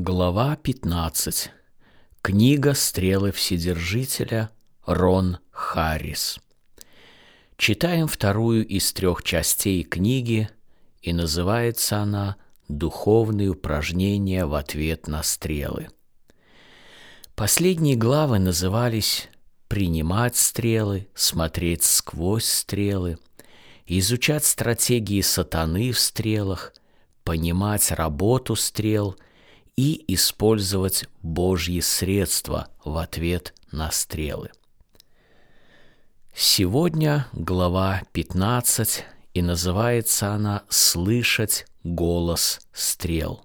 Глава 15. Книга «Стрелы Вседержителя», Рон Харрис. Читаем вторую из 3 частей книги, и называется она «Духовные упражнения в ответ на стрелы». Последние главы назывались «Принимать стрелы», «Смотреть сквозь стрелы», «Изучать стратегии сатаны в стрелах», «Понимать работу стрел» и использовать Божьи средства в ответ на стрелы. Сегодня глава 15, и называется она «Слышать голос стрел».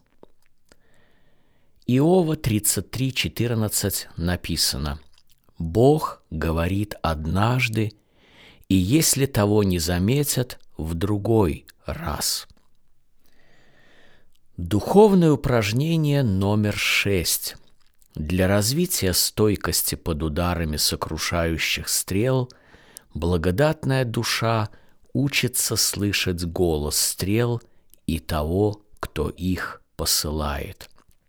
Иова 33:14 написано: «Бог говорит однажды, и если того не заметят, в другой раз». Духовное упражнение номер 6. Для развития стойкости под ударами сокрушающих стрел благодатная душа учится слышать голос стрел и того, кто их посылает.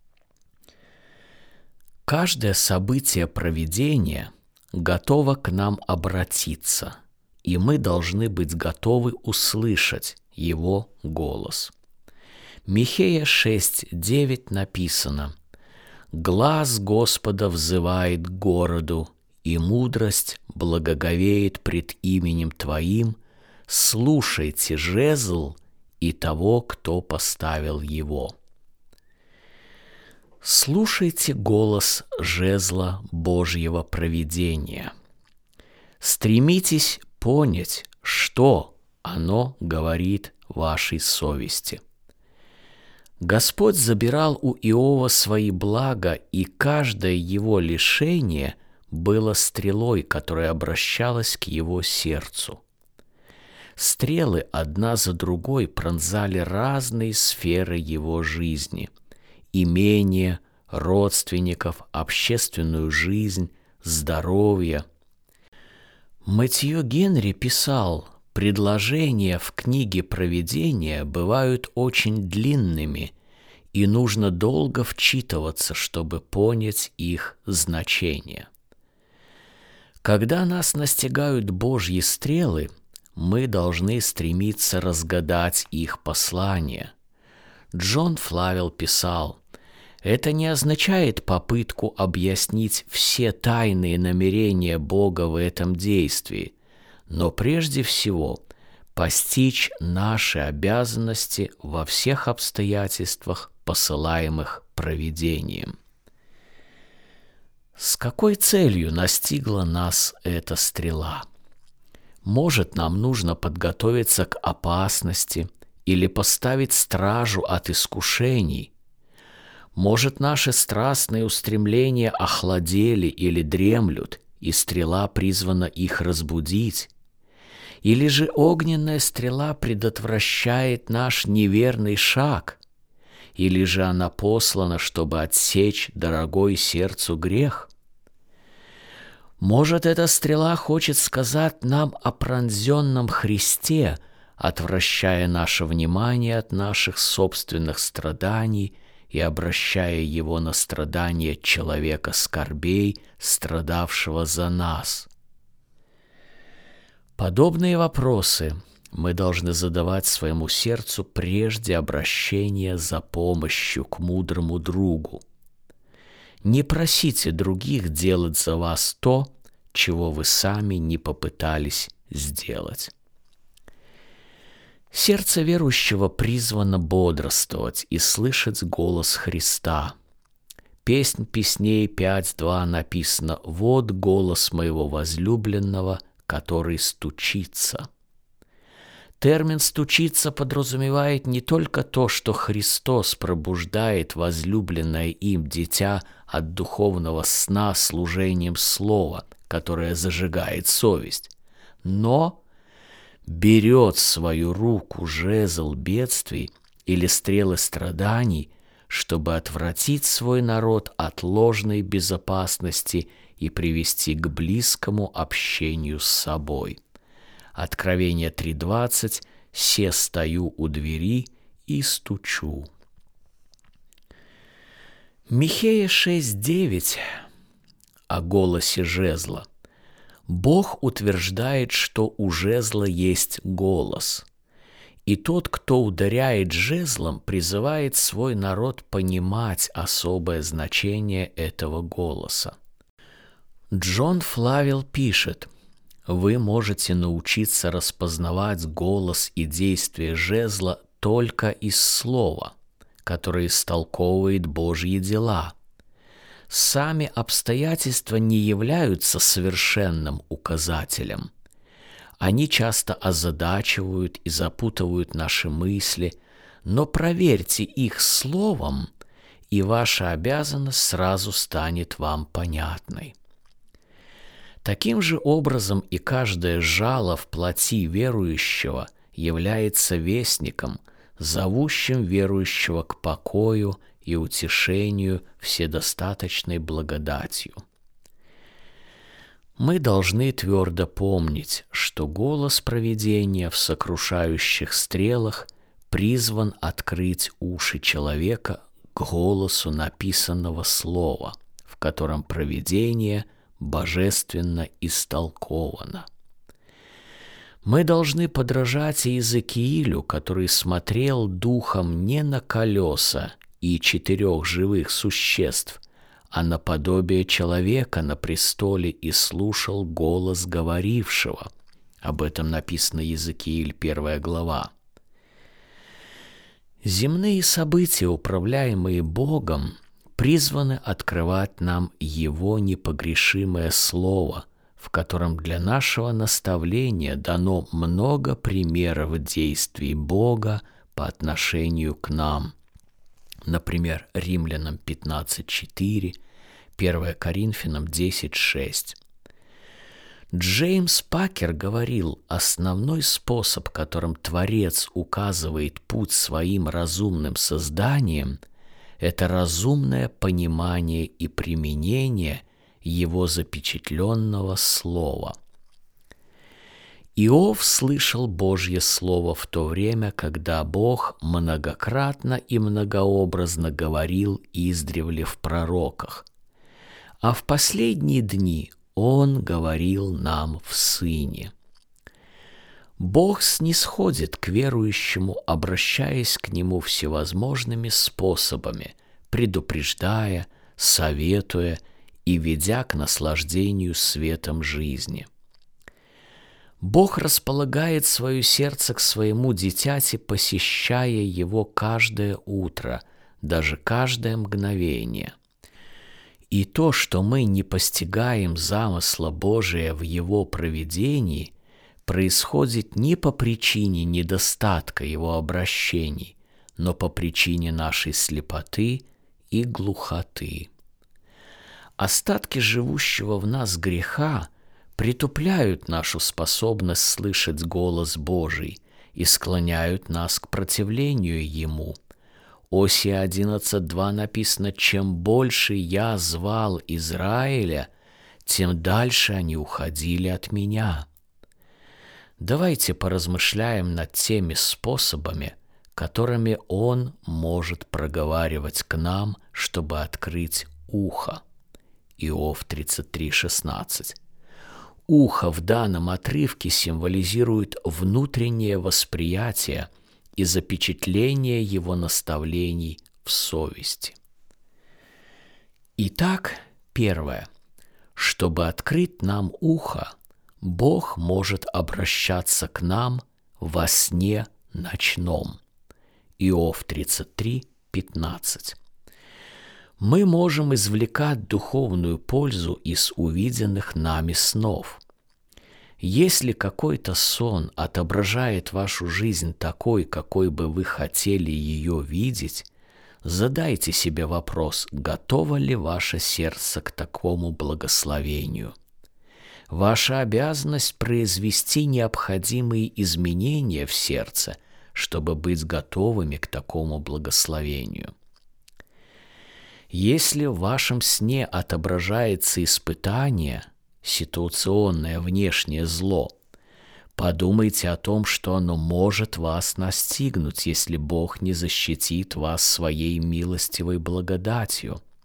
Каждое событие провидения готово к нам обратиться, и мы должны быть готовы услышать его голос. Михея 6:9 написано: «Глас Господа взывает к городу, и мудрость благоговеет пред именем Твоим. Слушайте жезл и того, кто поставил его». Слушайте голос жезла Божьего провидения. Стремитесь понять, что оно говорит вашей совести. Господь забирал у Иова свои блага, и каждое его лишение было стрелой, которая обращалась к его сердцу. Стрелы одна за другой пронзали разные сферы его жизни: имение, родственников, общественную жизнь, здоровье. Мэтью Генри писал: предложения в книге провидения бывают очень длинными, и нужно долго вчитываться, чтобы понять их значение. Когда нас настигают Божьи стрелы, мы должны стремиться разгадать их послание. Джон Флавел писал: «Это не означает попытку объяснить все тайные намерения Бога в этом действии, но прежде всего постичь наши обязанности во всех обстоятельствах, посылаемых провидением». С какой целью настигла нас эта стрела? Может, нам нужно подготовиться к опасности или поставить стражу от искушений? Может, наши страстные устремления охладели или дремлют, и стрела призвана их разбудить? Или же огненная стрела предотвращает наш неверный шаг? Или же она послана, чтобы отсечь дорогой сердцу грех? Может, эта стрела хочет сказать нам о пронзенном Христе, отвращая наше внимание от наших собственных страданий и обращая его на страдания человека скорбей, страдавшего за нас? Подобные вопросы мы должны задавать своему сердцу прежде обращения за помощью к мудрому другу. Не просите других делать за вас то, чего вы сами не попытались сделать. Сердце верующего призвано бодрствовать и слышать голос Христа. Песнь песней 5:2 написано: «Вот голос моего возлюбленного, который стучится». Термин «стучится» подразумевает не только то, что Христос пробуждает возлюбленное им дитя от духовного сна служением слова, которое зажигает совесть, но берет в свою руку жезл бедствий или стрелы страданий, чтобы отвратить свой народ от ложной безопасности и привести к близкому общению с собой. Откровение 3:20: «Се стою у двери и стучу». Михея 6:9 о голосе жезла. Бог утверждает, что у жезла есть голос. И тот, кто ударяет жезлом, призывает свой народ понимать особое значение этого голоса. Джон Флавел пишет: «Вы можете научиться распознавать голос и действие жезла только из слова, которое истолковывает Божьи дела. Сами обстоятельства не являются совершенным указателем. Они часто озадачивают и запутывают наши мысли, но проверьте их словом, и ваша обязанность сразу станет вам понятной». Таким же образом и каждое жало в плоти верующего является вестником, зовущим верующего к покою и утешению вседостаточной благодатью. Мы должны твердо помнить, что голос провидения в сокрушающих стрелах призван открыть уши человека к голосу написанного слова, в котором провидение божественно истолковано. Мы должны подражать Иезекиилю, который смотрел духом не на колеса и 4 живых существ, а на подобие человека на престоле и слушал голос говорившего. Об этом написано Иезекииль 1 глава. Земные события, управляемые Богом, призваны открывать нам Его непогрешимое Слово, в котором для нашего наставления дано много примеров действий Бога по отношению к нам. Например, Римлянам 15:4, 1 Коринфянам 10:6. Джеймс Пакер говорил: основной способ, которым Творец указывает путь своим разумным созданиям, это разумное понимание и применение Его запечатленного Слова. Иов слышал Божье Слово в то время, когда Бог многократно и многообразно говорил издревле в пророках, а в последние дни Он говорил нам в Сыне. Бог снисходит к верующему, обращаясь к нему всевозможными способами, предупреждая, советуя и ведя к наслаждению светом жизни. Бог располагает свое сердце к своему дитяти, посещая его каждое утро, даже каждое мгновение. И то, что мы не постигаем замысла Божия в Его провидении, происходит не по причине недостатка Его обращений, но по причине нашей слепоты и глухоты. Остатки живущего в нас греха притупляют нашу способность слышать голос Божий и склоняют нас к противлению Ему. Осия 11:2 написано: «Чем больше я звал Израиля, тем дальше они уходили от меня». Давайте поразмышляем над теми способами, которыми Он может проговаривать к нам, чтобы открыть ухо. Иов 33:16. Ухо в данном отрывке символизирует внутреннее восприятие и запечатление Его наставлений в совести. Итак, первое. Чтобы открыть нам ухо, Бог может обращаться к нам во сне ночном. Иов 33:15. Мы можем извлекать духовную пользу из увиденных нами снов. Если какой-то сон отображает вашу жизнь такой, какой бы вы хотели ее видеть, задайте себе вопрос: готово ли ваше сердце к такому благословению? Ваша обязанность произвести необходимые изменения в сердце, чтобы быть готовыми к такому благословению. Если в вашем сне отображается испытание, ситуационное внешнее зло, подумайте о том, что оно может вас настигнуть, если Бог не защитит вас своей милостивой благодатью.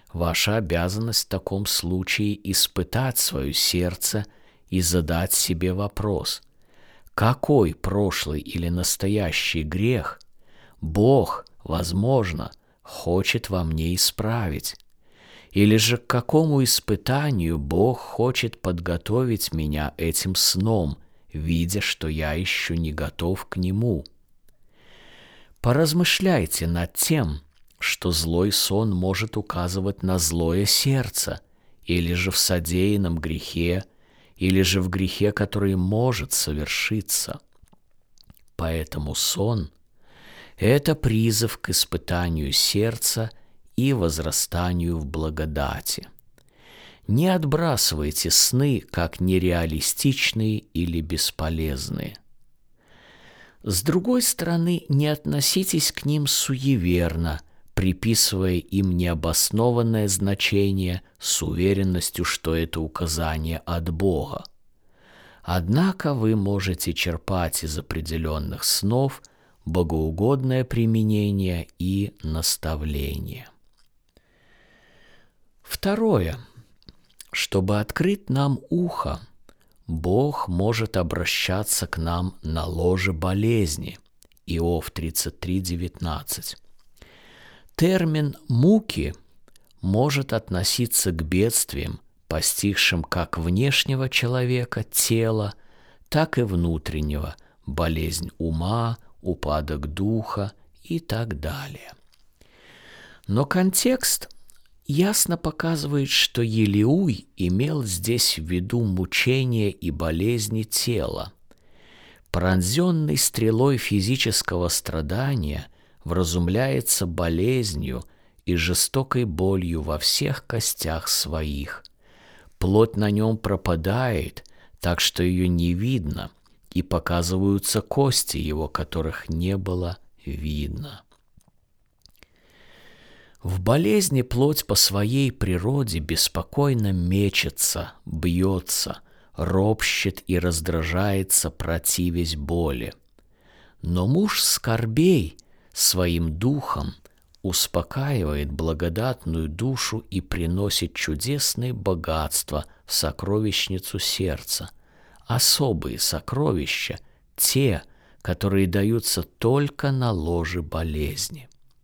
Ваша обязанность в таком случае испытать свое сердце и задать себе вопрос: какой прошлый или настоящий грех Бог, возможно, хочет во мне исправить? Или же к какому испытанию Бог хочет подготовить меня этим сном, видя, что я еще не готов к нему? Поразмышляйте над тем, что злой сон может указывать на злое сердце, или же в содеянном грехе, или же в грехе, который может совершиться. Поэтому сон – это призыв к испытанию сердца и возрастанию в благодати. Не отбрасывайте сны как нереалистичные или бесполезные. С другой стороны, не относитесь к ним суеверно, приписывая им необоснованное значение с уверенностью, что это указание от Бога. Однако вы можете черпать из определенных снов богоугодное применение и наставление. Второе. Чтобы открыть нам ухо, Бог может обращаться к нам на ложе болезни. Иов 33:19. Термин «муки» может относиться к бедствиям, постигшим как внешнего человека, тело, так и внутреннего, болезнь ума, упадок духа и так далее. Но контекст ясно показывает, что Елиуй имел здесь в виду мучения и болезни тела. Пронзенный стрелой физического страдания вразумляется болезнью и жестокой болью во всех костях своих. Плоть на нем пропадает, так что ее не видно, и показываются кости его, которых не было видно. В болезни плоть по своей природе беспокойно мечется, бьется, ропщет и раздражается, противясь боли. Но муж скорбей своим духом успокаивает благодатную душу и приносит чудесные богатства в сокровищницу сердца, особые сокровища, те, которые даются только на ложе болезни.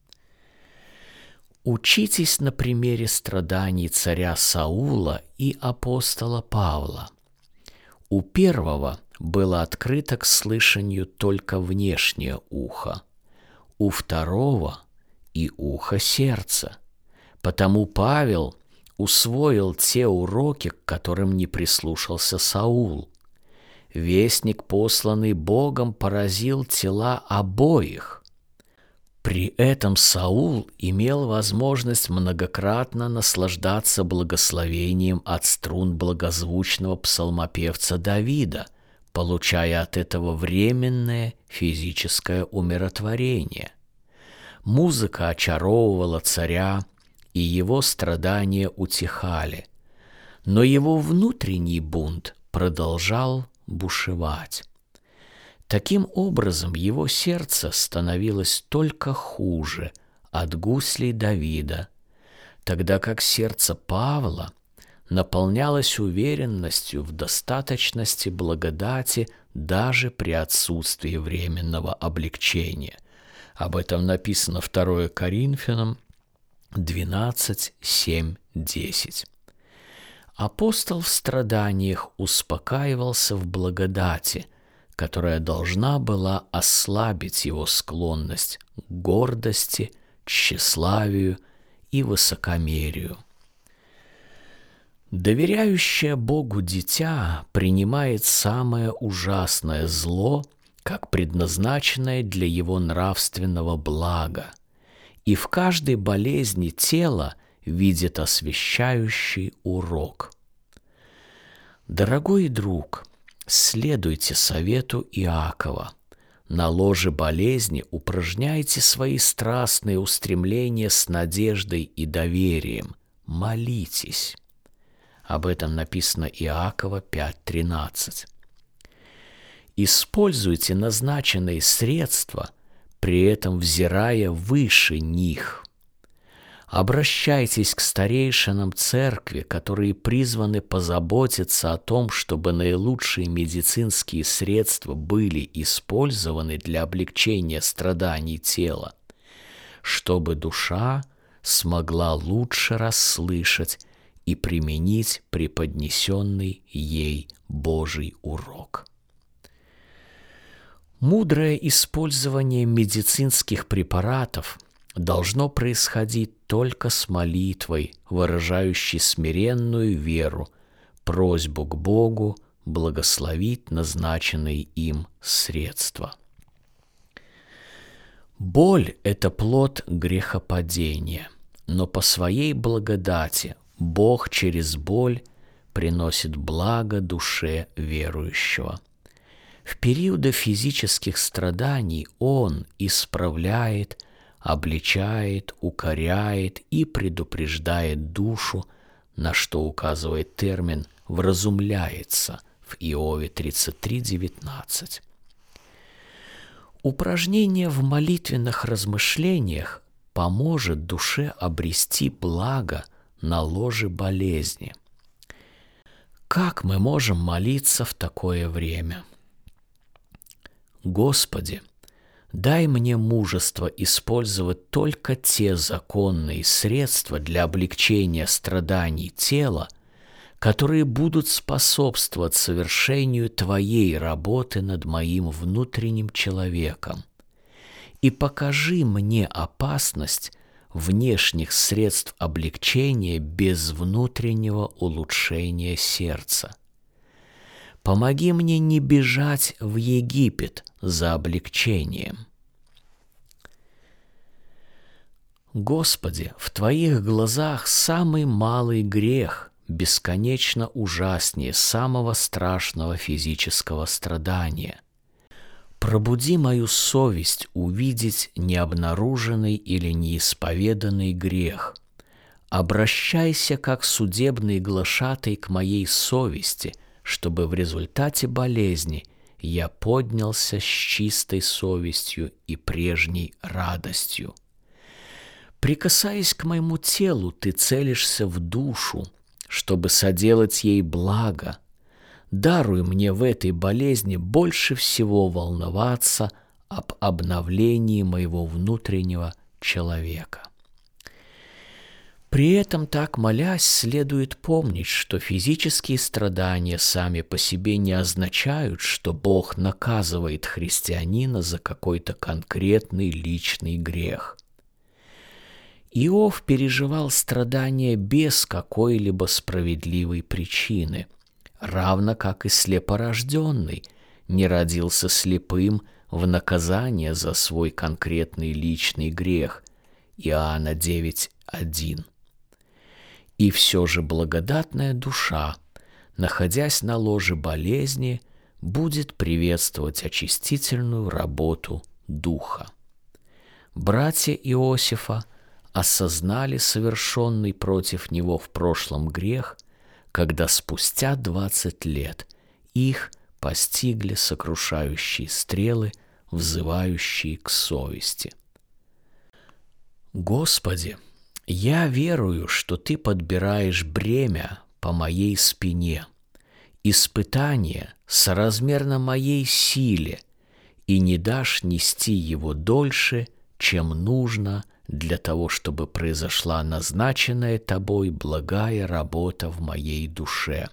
Учитесь на примере страданий царя Саула и апостола Павла. У первого было открыто к слышанию только внешнее ухо, у второго и ухо сердца. Потому Павел усвоил те уроки, к которым не прислушался Саул. Вестник, посланный Богом, поразил тела обоих. При этом Саул имел возможность многократно наслаждаться благословением от струн благозвучного псалмопевца Давида, получая от этого временное физическое умиротворение. Музыка очаровывала царя, и его страдания утихали, но его внутренний бунт продолжал бушевать. Таким образом, его сердце становилось только хуже от гуслей Давида, тогда как сердце Павла наполнялось уверенностью в достаточности благодати даже при отсутствии временного облегчения. Об этом написано 2 Коринфянам 12, 7, 10. Апостол в страданиях успокаивался в благодати, которая должна была ослабить его склонность к гордости, тщеславию и высокомерию. Доверяющее Богу дитя принимает самое ужасное зло как предназначенное для его нравственного блага, и в каждой болезни тела видит освящающий урок. Дорогой друг, следуйте совету Иакова. На ложе болезни упражняйте свои страстные устремления с надеждой и доверием. Молитесь. Об этом написано Иакова 5:13. Используйте назначенные средства, при этом взирая выше них. Обращайтесь к старейшинам церкви, которые призваны позаботиться о том, чтобы наилучшие медицинские средства были использованы для облегчения страданий тела, чтобы душа смогла лучше расслышать и применить преподнесенный ей Божий урок. Мудрое использование медицинских препаратов должно происходить только с молитвой, выражающей смиренную веру, просьбу к Богу благословить назначенные им средства. Боль – это плод грехопадения, но по своей благодати Бог через боль приносит благо душе верующего. В периоды физических страданий Он исправляет, обличает, укоряет и предупреждает душу, на что указывает термин «вразумляется» в Иове 33:19. Упражнение в молитвенных размышлениях поможет душе обрести благо на ложе болезни. Как мы можем молиться в такое время? Господи, дай мне мужество использовать только те законные средства для облегчения страданий тела, которые будут способствовать совершению Твоей работы над моим внутренним человеком. И покажи мне опасность внешних средств облегчения без внутреннего улучшения сердца. Помоги мне не бежать в Египет за облегчением. Господи, в Твоих глазах самый малый грех бесконечно ужаснее самого страшного физического страдания. Пробуди мою совесть увидеть необнаруженный или неисповеданный грех. Обращайся как судебный глашатай к моей совести, чтобы в результате болезни я поднялся с чистой совестью и прежней радостью. Прикасаясь к моему телу, ты целишься в душу, чтобы соделать ей благо. Даруй мне в этой болезни больше всего волноваться об обновлении моего внутреннего человека. При этом, так молясь, следует помнить, что физические страдания сами по себе не означают, что Бог наказывает христианина за какой-то конкретный личный грех. Иов переживал страдания без какой-либо справедливой причины, равно как и слепорожденный не родился слепым в наказание за свой конкретный личный грех. Иоанна 9:1. И все же благодатная душа, находясь на ложе болезни, будет приветствовать очистительную работу Духа. Братья Иосифа осознали совершенный против него в прошлом грех, когда спустя 20 лет их постигли сокрушающие стрелы, взывающие к совести. Господи, я верую, что Ты подбираешь бремя по моей спине, испытание соразмерно моей силе, и не дашь нести его дольше, чем нужно для того, чтобы произошла назначенная Тобой благая работа в моей душе.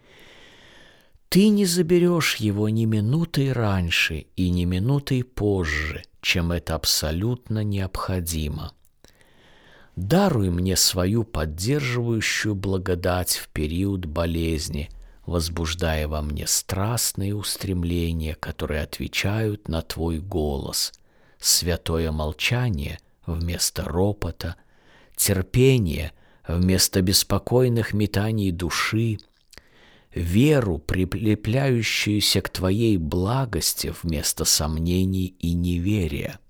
Ты не заберешь его ни минутой раньше и ни минутой позже, чем это абсолютно необходимо. Даруй мне свою поддерживающую благодать в период болезни, возбуждая во мне страстные устремления, которые отвечают на Твой голос, святое молчание вместо ропота, терпение вместо беспокойных метаний души, веру, прилепляющуюся к Твоей благости вместо сомнений и неверия.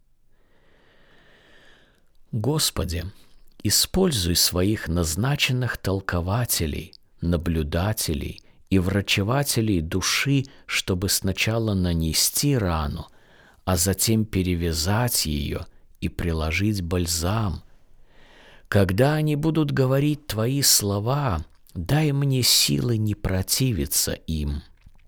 Господи, используй своих назначенных толкователей, наблюдателей и врачевателей души, чтобы сначала нанести рану, а затем перевязать ее и приложить бальзам. Когда они будут говорить Твои слова, дай мне силы не противиться им.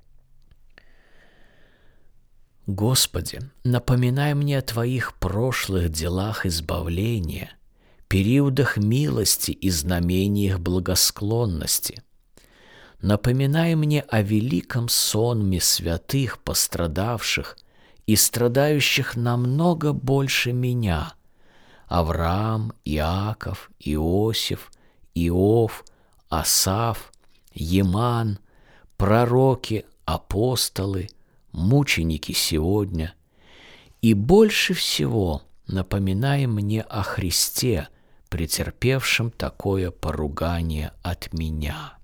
Господи, напоминай мне о Твоих прошлых делах избавления, периодах милости и знамениях благосклонности. Напоминай мне о великом сонме святых, пострадавших и страдающих намного больше меня: Авраам, Иаков, Иосиф, Иов, Асаф, Еман, пророки, апостолы, мученики сегодня. И больше всего напоминай мне о Христе, претерпевшем такое поругание от меня.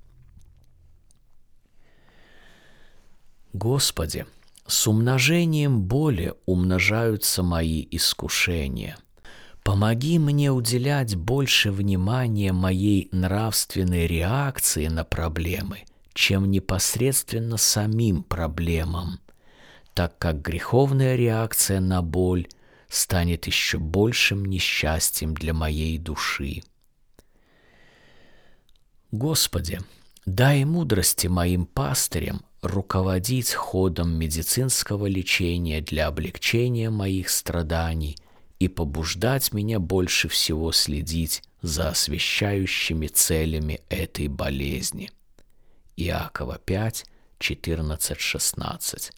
Господи, с умножением боли умножаются мои искушения. Помоги мне уделять больше внимания моей нравственной реакции на проблемы, чем непосредственно самим проблемам, так как греховная реакция на боль станет еще большим несчастьем для моей души. Господи, дай мудрости моим пастырям руководить ходом медицинского лечения для облегчения моих страданий и побуждать меня больше всего следить за освящающими целями этой болезни. Иакова 5, 14, 16.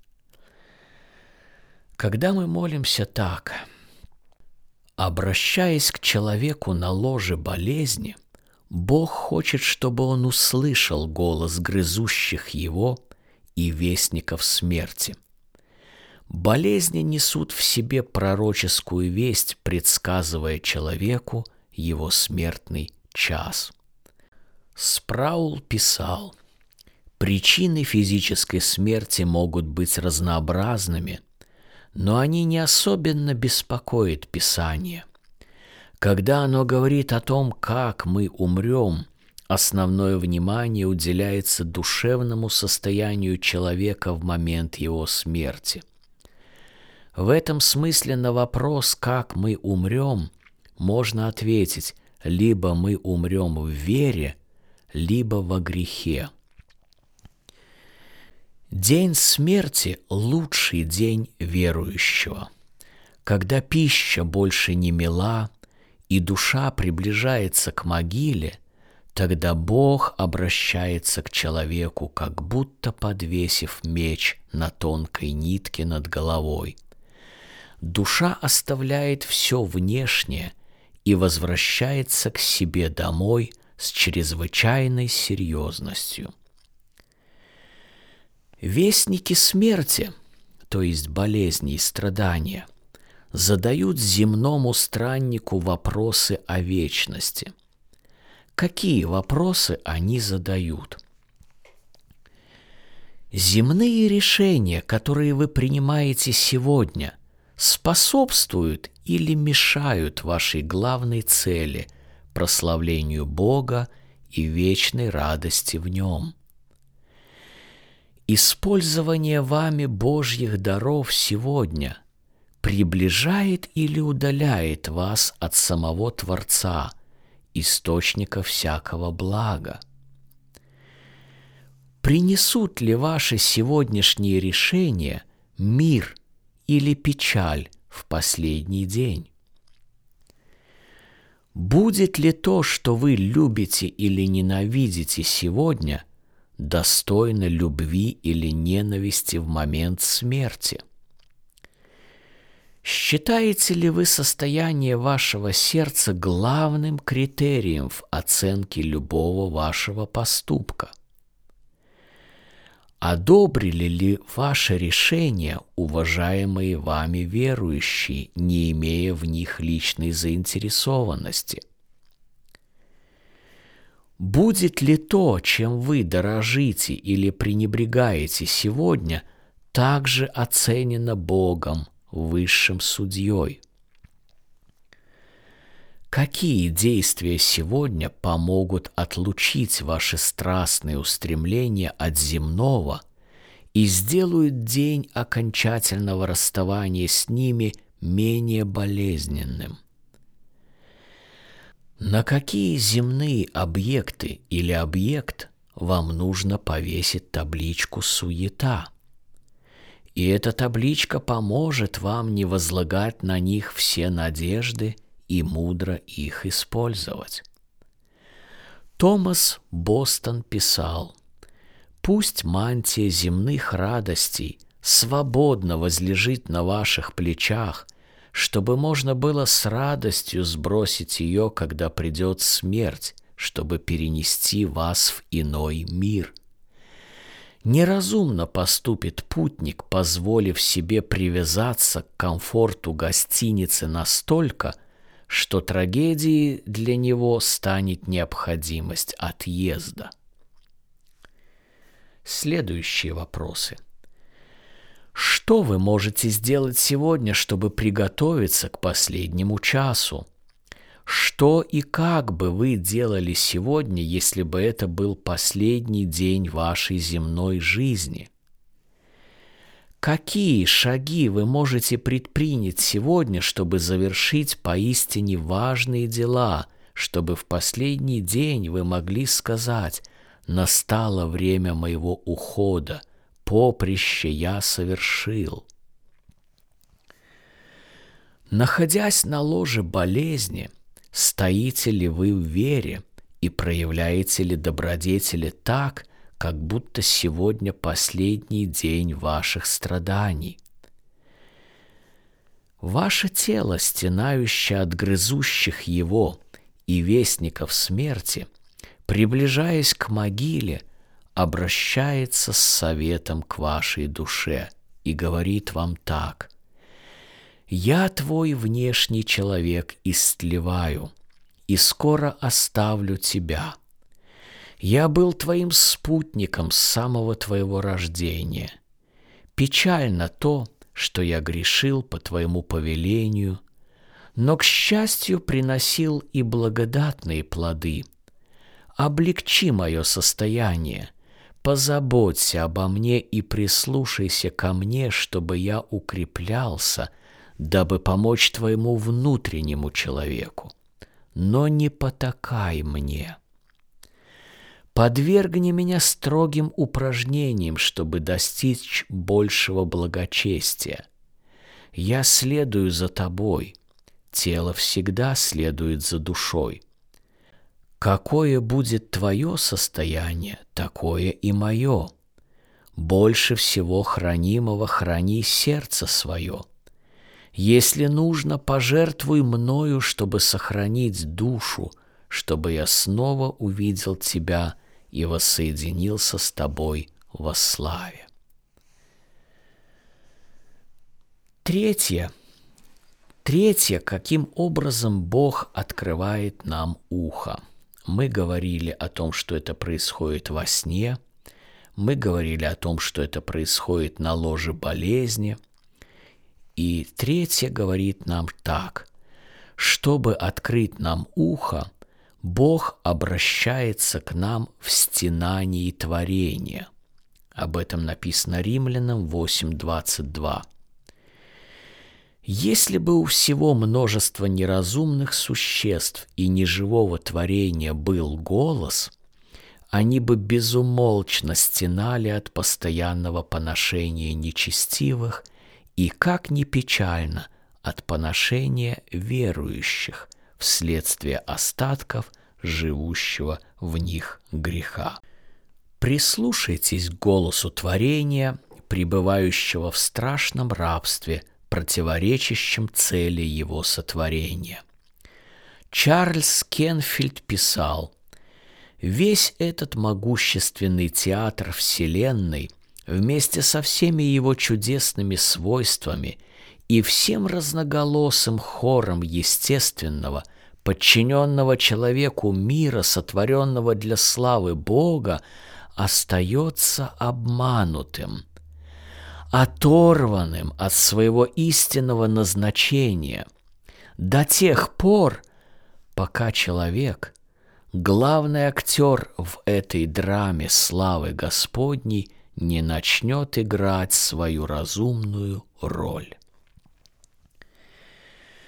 Когда мы молимся так: обращаясь к человеку на ложе болезни, Бог хочет, чтобы он услышал голос грызущих его и вестников смерти. Болезни несут в себе пророческую весть, предсказывая человеку его смертный час. Спраул писал: причины физической смерти могут быть разнообразными, но они не особенно беспокоят Писание. Когда оно говорит о том, как мы умрем, основное внимание уделяется душевному состоянию человека в момент его смерти. В этом смысле на вопрос, как мы умрем, можно ответить: либо мы умрем в вере, либо во грехе. День смерти – лучший день верующего. Когда пища больше не мила, и душа приближается к могиле, тогда Бог обращается к человеку, как будто подвесив меч на тонкой нитке над головой. Душа оставляет все внешнее и возвращается к себе домой с чрезвычайной серьезностью. Вестники смерти, то есть болезни и страдания, задают земному страннику вопросы о вечности. Какие вопросы они задают? Земные решения, которые вы принимаете сегодня, способствуют или мешают вашей главной цели – прославлению Бога и вечной радости в Нем? Использование вами Божьих даров сегодня приближает или удаляет вас от самого Творца, источника всякого блага? Принесут ли ваши сегодняшние решения мир или печаль в последний день? Будет ли то, что вы любите или ненавидите сегодня, достойно любви или ненависти в момент смерти? Считаете ли вы состояние вашего сердца главным критерием в оценке любого вашего поступка? Одобрили ли ваше решение уважаемые вами верующие, не имея в них личной заинтересованности? Будет ли то, чем вы дорожите или пренебрегаете сегодня, также оценено Богом, высшим судьей? Какие действия сегодня помогут отлучить ваши страстные устремления от земного и сделают день окончательного расставания с ними менее болезненным? На какие земные объекты или объект вам нужно повесить табличку «Суета»? И эта табличка поможет вам не возлагать на них все надежды и мудро их использовать. Томас Бостон писал: «Пусть мантия земных радостей свободно возлежит на ваших плечах, чтобы можно было с радостью сбросить ее, когда придет смерть, чтобы перенести вас в иной мир. Неразумно поступит путник, позволив себе привязаться к комфорту гостиницы настолько, что трагедией для него станет необходимость отъезда». Следующие вопросы. Что вы можете сделать сегодня, чтобы приготовиться к последнему часу? Что и как бы вы делали сегодня, если бы это был последний день вашей земной жизни? Какие шаги вы можете предпринять сегодня, чтобы завершить поистине важные дела, чтобы в последний день вы могли сказать: «Настало время моего ухода, поприще я совершил»? Находясь на ложе болезни, стоите ли вы в вере и проявляете ли добродетели так, как будто сегодня последний день ваших страданий? Ваше тело, стенающее от грызущих его и вестников смерти, приближаясь к могиле, обращается с советом к вашей душе и говорит вам так: «Я твой внешний человек истлеваю, и скоро оставлю тебя. Я был твоим спутником с самого твоего рождения. Печально то, что я грешил по твоему повелению, но, к счастью, приносил и благодатные плоды. Облегчи мое состояние, позаботься обо мне и прислушайся ко мне, чтобы я укреплялся, дабы помочь твоему внутреннему человеку. Но не потакай мне. Подвергни меня строгим упражнениям, чтобы достичь большего благочестия. Я следую за тобой, тело всегда следует за душой. Какое будет твое состояние, такое и мое. Больше всего хранимого храни сердце свое. Если нужно, пожертвуй мною, чтобы сохранить душу, чтобы я снова увидел тебя и воссоединился с тобой во славе». Третье, каким образом Бог открывает нам ухо. Мы говорили о том, что это происходит во сне. Мы говорили о том, что это происходит на ложе болезни. И третье говорит нам так: чтобы открыть нам ухо, Бог обращается к нам в стенании творения. Об этом написано Римлянам 8:22. Если бы у всего множества неразумных существ и неживого творения был голос, они бы безумолчно стенали от постоянного поношения нечестивых и, как ни печально, от поношения верующих вследствие остатков живущего в них греха. Прислушайтесь к голосу творения, пребывающего в страшном рабстве, противоречащем цели его сотворения. Чарльз Кенфилд писал: «Весь этот могущественный театр Вселенной вместе со всеми его чудесными свойствами и всем разноголосым хором естественного, подчиненного человеку мира, сотворенного для славы Бога, остается обманутым, оторванным от своего истинного назначения до тех пор, пока человек, главный актер в этой драме славы Господней, не начнет играть свою разумную роль».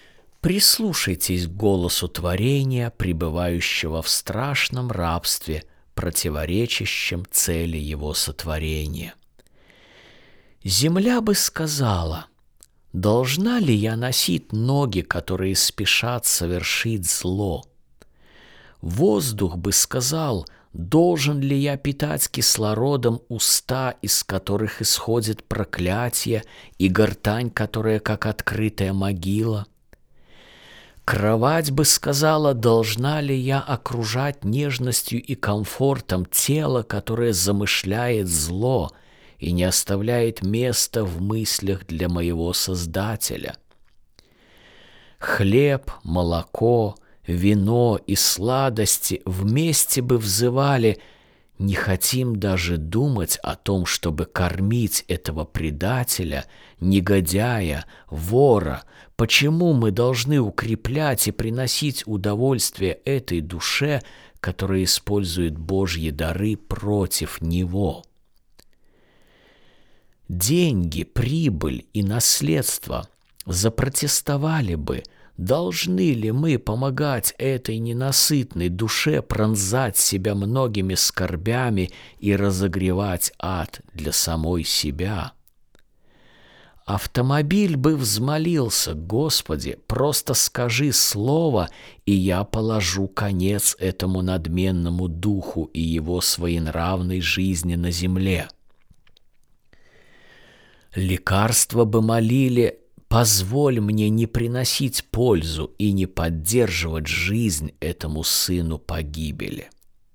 Прислушайтесь к голосу творения, пребывающего в страшном рабстве, противоречащем цели его сотворения. Земля бы сказала: должна ли я носить ноги, которые спешат совершить зло? Воздух бы сказал: должен ли я питать кислородом уста, из которых исходит проклятие, и гортань, которая как открытая могила? Кровать бы сказала: должна ли я окружать нежностью и комфортом тело, которое замышляет зло и не оставляет места в мыслях для моего Создателя? Хлеб, молоко, вино и сладости вместе бы взывали: не хотим даже думать о том, чтобы кормить этого предателя, негодяя, вора. Почему мы должны укреплять и приносить удовольствие этой душе, которая использует Божьи дары против него? Деньги, прибыль и наследство запротестовали бы: должны ли мы помогать этой ненасытной душе пронзать себя многими скорбями и разогревать ад для самой себя? Автомобиль бы взмолился: Господи, просто скажи слово, и я положу конец этому надменному духу и его своенравной жизни на земле. Лекарства бы молили: позволь мне не приносить пользу и не поддерживать жизнь этому сыну погибели.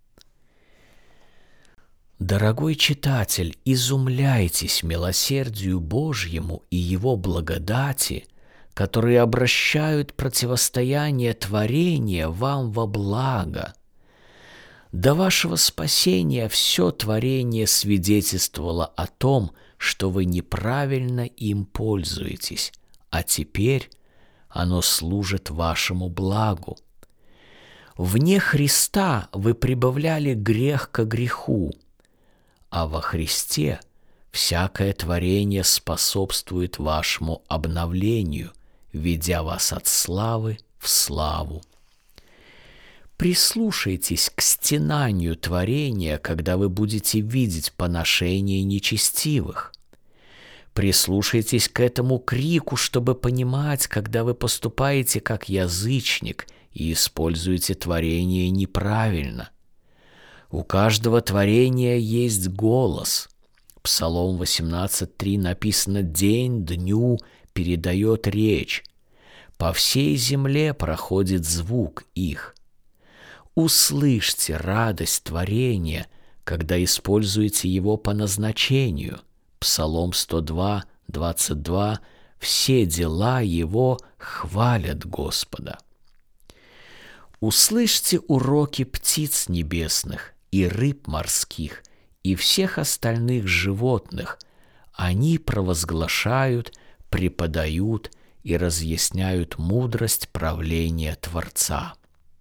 Дорогой читатель, изумляйтесь милосердию Божьему и Его благодати, которые обращают противостояние творения вам во благо. До вашего спасения все творение свидетельствовало о том, что вы неправильно им пользуетесь, а теперь оно служит вашему благу. Вне Христа вы прибавляли грех ко греху, а во Христе всякое творение способствует вашему обновлению, ведя вас от славы в славу. Прислушайтесь к стенанию творения, когда вы будете видеть поношение нечестивых. Прислушайтесь к этому крику, чтобы понимать, когда вы поступаете как язычник и используете творение неправильно. У каждого творения есть голос. Псалом 18:3 написано: «День дню передает речь, по всей земле проходит звук их». Услышьте радость творения, когда используете его по назначению. Псалом 102:22 «Все дела его хвалят Господа». Услышьте уроки птиц небесных и рыб морских, и всех остальных животных. Они провозглашают, преподают и разъясняют мудрость правления Творца.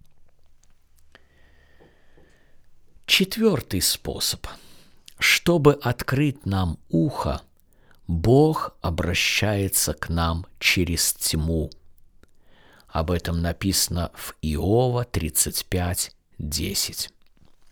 Четвертый способ. Чтобы открыть нам ухо, Бог обращается к нам через тьму. Об этом написано в Иова 35:10.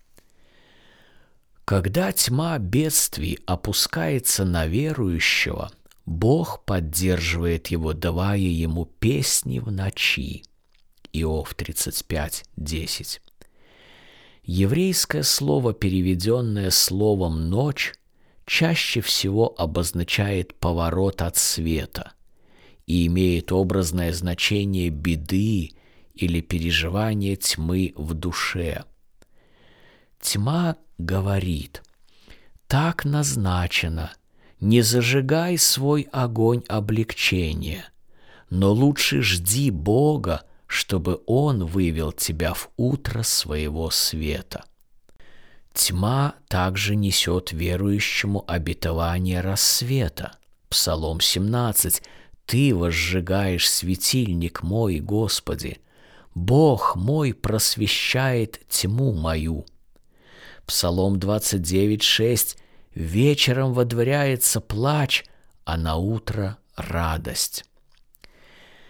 Когда тьма бедствий опускается на верующего, Бог поддерживает его, давая ему песни в ночи. Иов 35:10. Еврейское слово, переведенное словом «ночь», чаще всего обозначает поворот от света и имеет образное значение беды или переживания тьмы в душе. Тьма говорит: «Так назначено, не зажигай свой огонь облегчения, но лучше жди Бога, чтобы Он вывел тебя в утро своего света». Тьма также несет верующему обетование рассвета. Псалом 17: «Ты возжигаешь светильник мой, Господи, Бог мой просвещает тьму мою». Псалом 29:6: «Вечером водворяется плач, а наутро радость».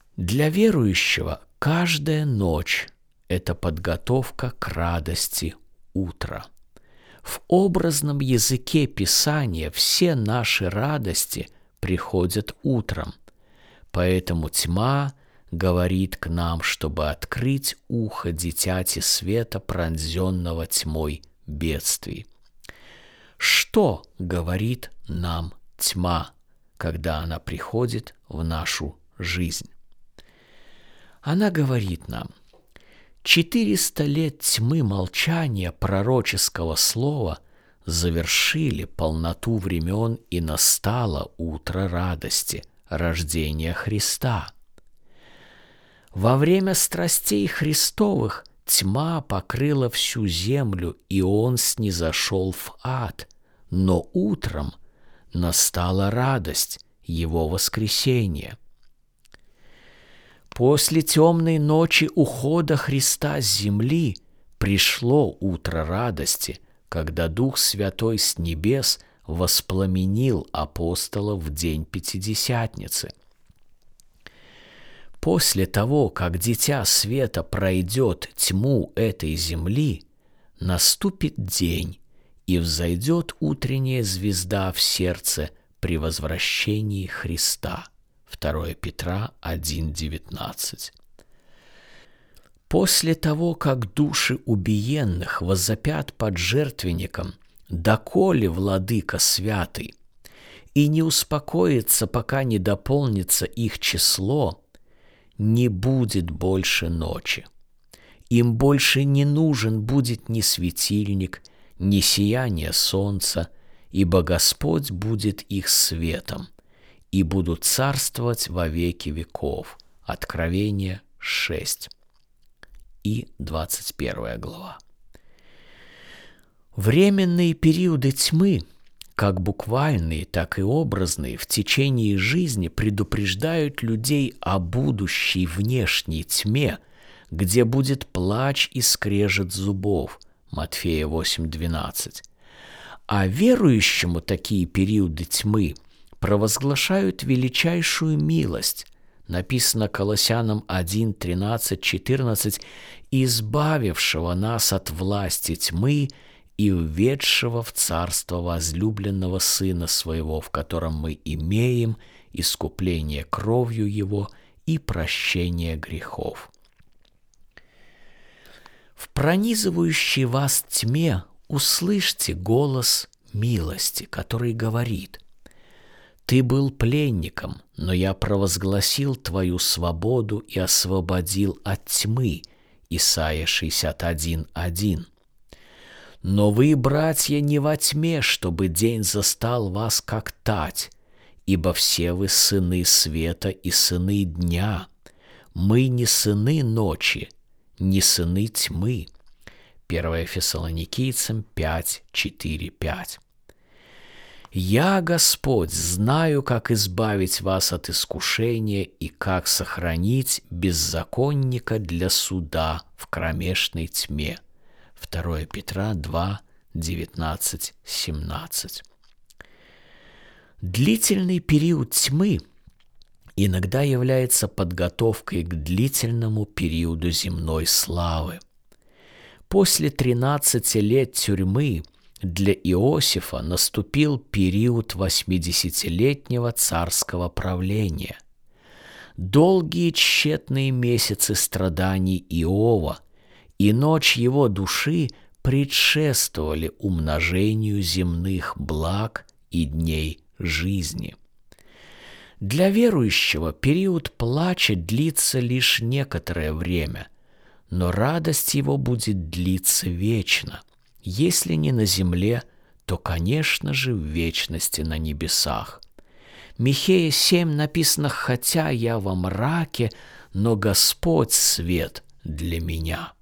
Для верующего каждая ночь – это подготовка к радости утра. В образном языке Писания все наши радости приходят утром, поэтому тьма говорит к нам, чтобы открыть ухо дитяти света, пронзенного тьмой бедствий. Что говорит нам тьма, когда она приходит в нашу жизнь? Она говорит нам: 400 лет тьмы молчания пророческого слова завершили полноту времен, и настало утро радости, рождения Христа. Во время страстей Христовых тьма покрыла всю землю, и Он снизошел в ад, но утром настала радость Его воскресения. После темной ночи ухода Христа с земли пришло утро радости, когда Дух Святой с небес воспламенил апостолов в день Пятидесятницы. После того, как Дитя Света пройдет тьму этой земли, наступит день, и взойдет утренняя звезда в сердце при возвращении Христа. 2 Петра 1:19. После того, как души убиенных возопят под жертвенником: «Доколе, Владыка святый», и не успокоится, пока не дополнится их число, не будет больше ночи. Им больше не нужен будет ни светильник, ни сияние солнца, ибо Господь будет их светом, и будут царствовать во веки веков. Откровение 6 и 21 глава. Временные периоды тьмы, как буквальные, так и образные, в течение жизни предупреждают людей о будущей внешней тьме, где будет плач и скрежет зубов. Матфея 8:12. А верующему такие периоды тьмы провозглашают величайшую милость. Написано Колоссянам 1:13-14: «избавившего нас от власти тьмы и введшего в царство возлюбленного Сына Своего, в котором мы имеем искупление кровью Его и прощение грехов». В пронизывающей вас тьме услышьте голос милости, который говорит: «Ты был пленником, но я провозгласил твою свободу и освободил от тьмы». Исайя 61:1. «Но вы, братья, не во тьме, чтобы день застал вас как тать, ибо все вы сыны света и сыны дня. Мы не сыны ночи, не сыны тьмы». 1 Фессалоникийцам 5:4-5. «Я, Господь, знаю, как избавить вас от искушения и как сохранить беззаконника для суда в кромешной тьме». 2 Петра 2:19-17. Длительный период тьмы иногда является подготовкой к длительному периоду земной славы. После 13 лет тюрьмы для Иосифа наступил период 80-летнего царского правления. Долгие тщетные месяцы страданий Иова и ночь его души предшествовали умножению земных благ и дней жизни. Для верующего период плача длится лишь некоторое время, но радость его будет длиться вечно, если не на земле, то, конечно же, в вечности на небесах. Михея 7 написано: «Хотя я во мраке, но Господь свет для меня».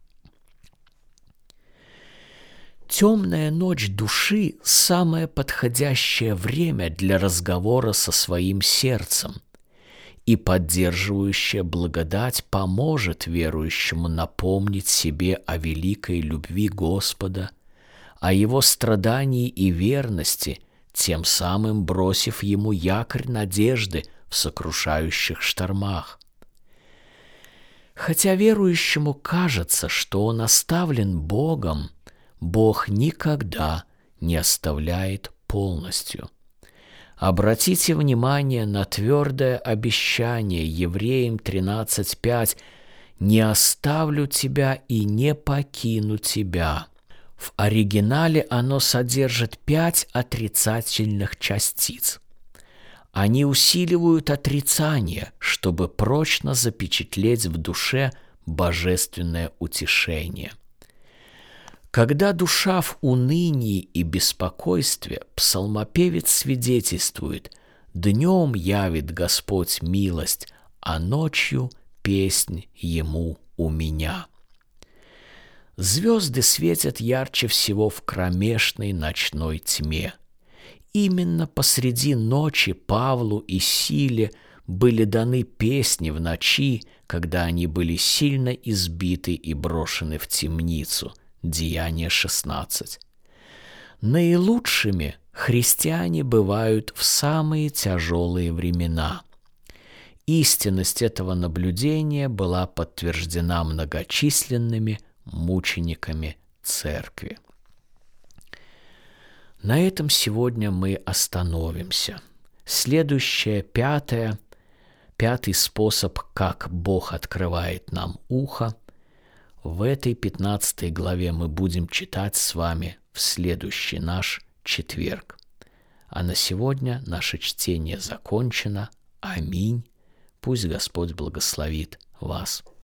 Темная ночь души – самое подходящее время для разговора со своим сердцем, и поддерживающая благодать поможет верующему напомнить себе о великой любви Господа, о Его страдании и верности, тем самым бросив Ему якорь надежды в сокрушающих штормах. Хотя верующему кажется, что он оставлен Богом, Бог никогда не оставляет полностью. Обратите внимание на твердое обещание Евреям 13:5: «Не оставлю тебя и не покину тебя». В оригинале оно содержит 5 отрицательных частиц. Они усиливают отрицание, чтобы прочно запечатлеть в душе божественное утешение. Когда душа в унынии и беспокойстве, псалмопевец свидетельствует: «Днем явит Господь милость, а ночью песнь Ему у меня». Звезды светят ярче всего в кромешной ночной тьме. Именно посреди ночи Павлу и Силе были даны песни в ночи, когда они были сильно избиты и брошены в темницу. Деяние 16. Наилучшими христиане бывают в самые тяжелые времена. Истинность этого наблюдения была подтверждена многочисленными мучениками церкви. На этом сегодня мы остановимся. Следующее, пятый способ, как Бог открывает нам ухо, в этой 15 главе мы будем читать с вами в следующий наш четверг. А на сегодня наше чтение закончено. Аминь. Пусть Господь благословит вас.